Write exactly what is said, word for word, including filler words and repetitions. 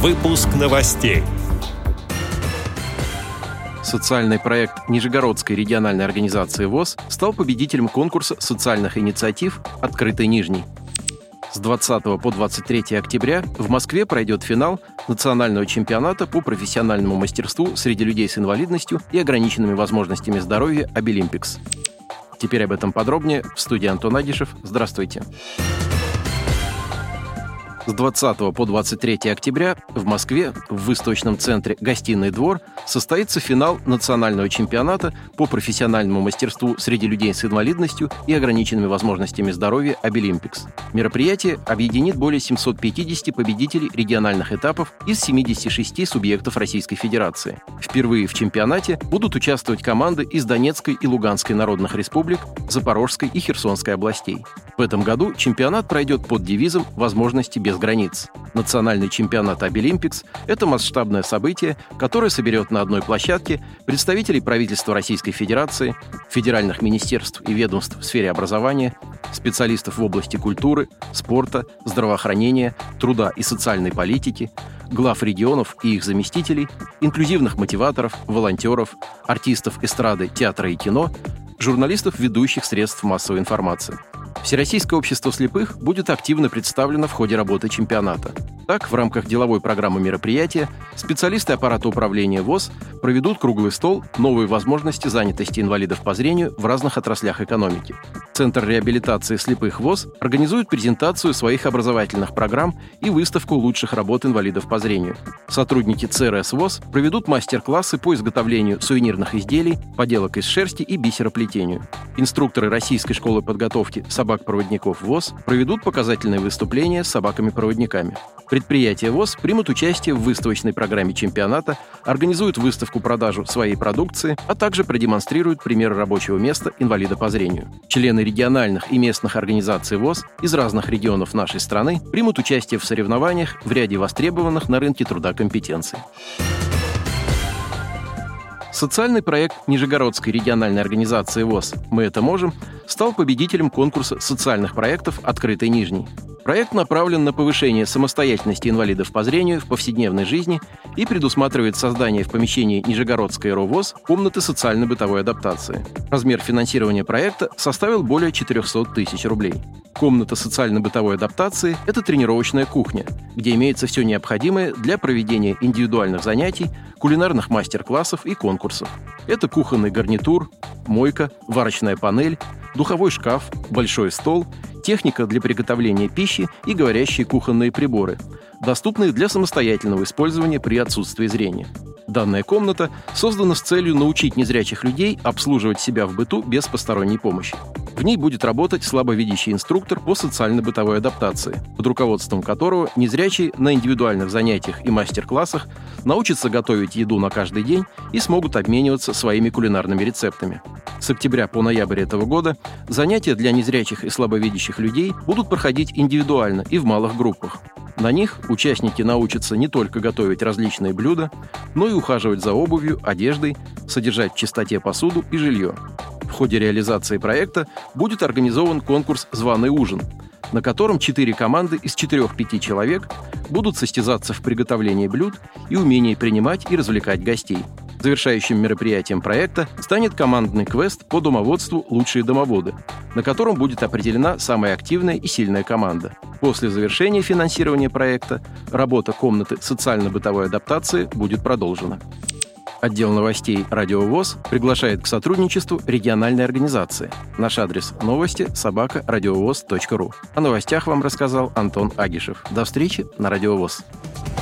Выпуск новостей. Социальный проект Нижегородской региональной организации ВОС стал победителем конкурса социальных инициатив «Открытый Нижний». С двадцатого по двадцать третье октября в Москве пройдет финал национального чемпионата по профессиональному мастерству среди людей с инвалидностью и ограниченными возможностями здоровья «Обилимпикс». Теперь об этом подробнее. В студии Антон Агишев. Здравствуйте. С двадцатого по двадцать третье октября в Москве в выставочном центре «Гостиный двор» состоится финал национального чемпионата по профессиональному мастерству среди людей с инвалидностью и ограниченными возможностями здоровья «Обилимпикс». Мероприятие объединит более семисот пятидесяти победителей региональных этапов из семидесяти шести субъектов Российской Федерации. Впервые в чемпионате будут участвовать команды из Донецкой и Луганской народных республик, Запорожской и Херсонской областей. В этом году чемпионат пройдет под девизом «Возможности без границ». Национальный чемпионат «Обилимпикс» — это масштабное событие, которое соберет на одной площадке представителей правительства Российской Федерации, федеральных министерств и ведомств в сфере образования, специалистов в области культуры, спорта, здравоохранения, труда и социальной политики, глав регионов и их заместителей, инклюзивных мотиваторов, волонтеров, артистов эстрады, театра и кино, журналистов ведущих средств массовой информации. Всероссийское общество слепых будет активно представлено в ходе работы чемпионата. Так, в рамках деловой программы мероприятия специалисты аппарата управления ВОС проведут круглый стол «Новые возможности занятости инвалидов по зрению в разных отраслях экономики». Центр реабилитации слепых ВОС организует презентацию своих образовательных программ и выставку лучших работ инвалидов по зрению. Сотрудники ЦРС ВОС проведут мастер-классы по изготовлению сувенирных изделий, поделок из шерсти и бисероплетению. Инструкторы Российской школы подготовки собак-проводников ВОС проведут показательные выступления с собаками-проводниками. Предприятия ВОС примут участие в выставочной программе чемпионата, организуют выставку-продажу своей продукции, а также продемонстрируют примеры рабочего места инвалида по зрению. Члены региональных и местных организаций ВОС из разных регионов нашей страны примут участие в соревнованиях в ряде востребованных на рынке труда компетенций. Социальный проект Нижегородской региональной организации ВОС «Мы это можем» стал победителем конкурса социальных проектов «Открытый Нижний». Проект направлен на повышение самостоятельности инвалидов по зрению в повседневной жизни и предусматривает создание в помещении Нижегородской РОВОС комнаты социально-бытовой адаптации. Размер финансирования проекта составил более четырехсот тысяч рублей. Комната социально-бытовой адаптации – это тренировочная кухня, где имеется все необходимое для проведения индивидуальных занятий, кулинарных мастер-классов и конкурсов. Это кухонный гарнитур, мойка, варочная панель, духовой шкаф, большой стол, техника для приготовления пищи и говорящие кухонные приборы, доступные для самостоятельного использования при отсутствии зрения. Данная комната создана с целью научить незрячих людей обслуживать себя в быту без посторонней помощи. В ней будет работать слабовидящий инструктор по социально-бытовой адаптации, под руководством которого незрячие на индивидуальных занятиях и мастер-классах научатся готовить еду на каждый день и смогут обмениваться своими кулинарными рецептами. С октября по ноябрь этого года занятия для незрячих и слабовидящих людей будут проходить индивидуально и в малых группах. На них участники научатся не только готовить различные блюда, но и ухаживать за обувью, одеждой, содержать в чистоте посуду и жилье. В ходе реализации проекта будет организован конкурс «Званый ужин», на котором четыре команды из четырех-пяти человек будут состязаться в приготовлении блюд и умении принимать и развлекать гостей. Завершающим мероприятием проекта станет командный квест по домоводству «Лучшие домоводы», на котором будет определена самая активная и сильная команда. После завершения финансирования проекта работа комнаты социально-бытовой адаптации будет продолжена. Отдел новостей «Радио ВОС» приглашает к сотрудничеству региональной организации. Наш адрес новости собака радиовоз точка ру. О новостях вам рассказал Антон Агишев. До встречи на Радио ВОС.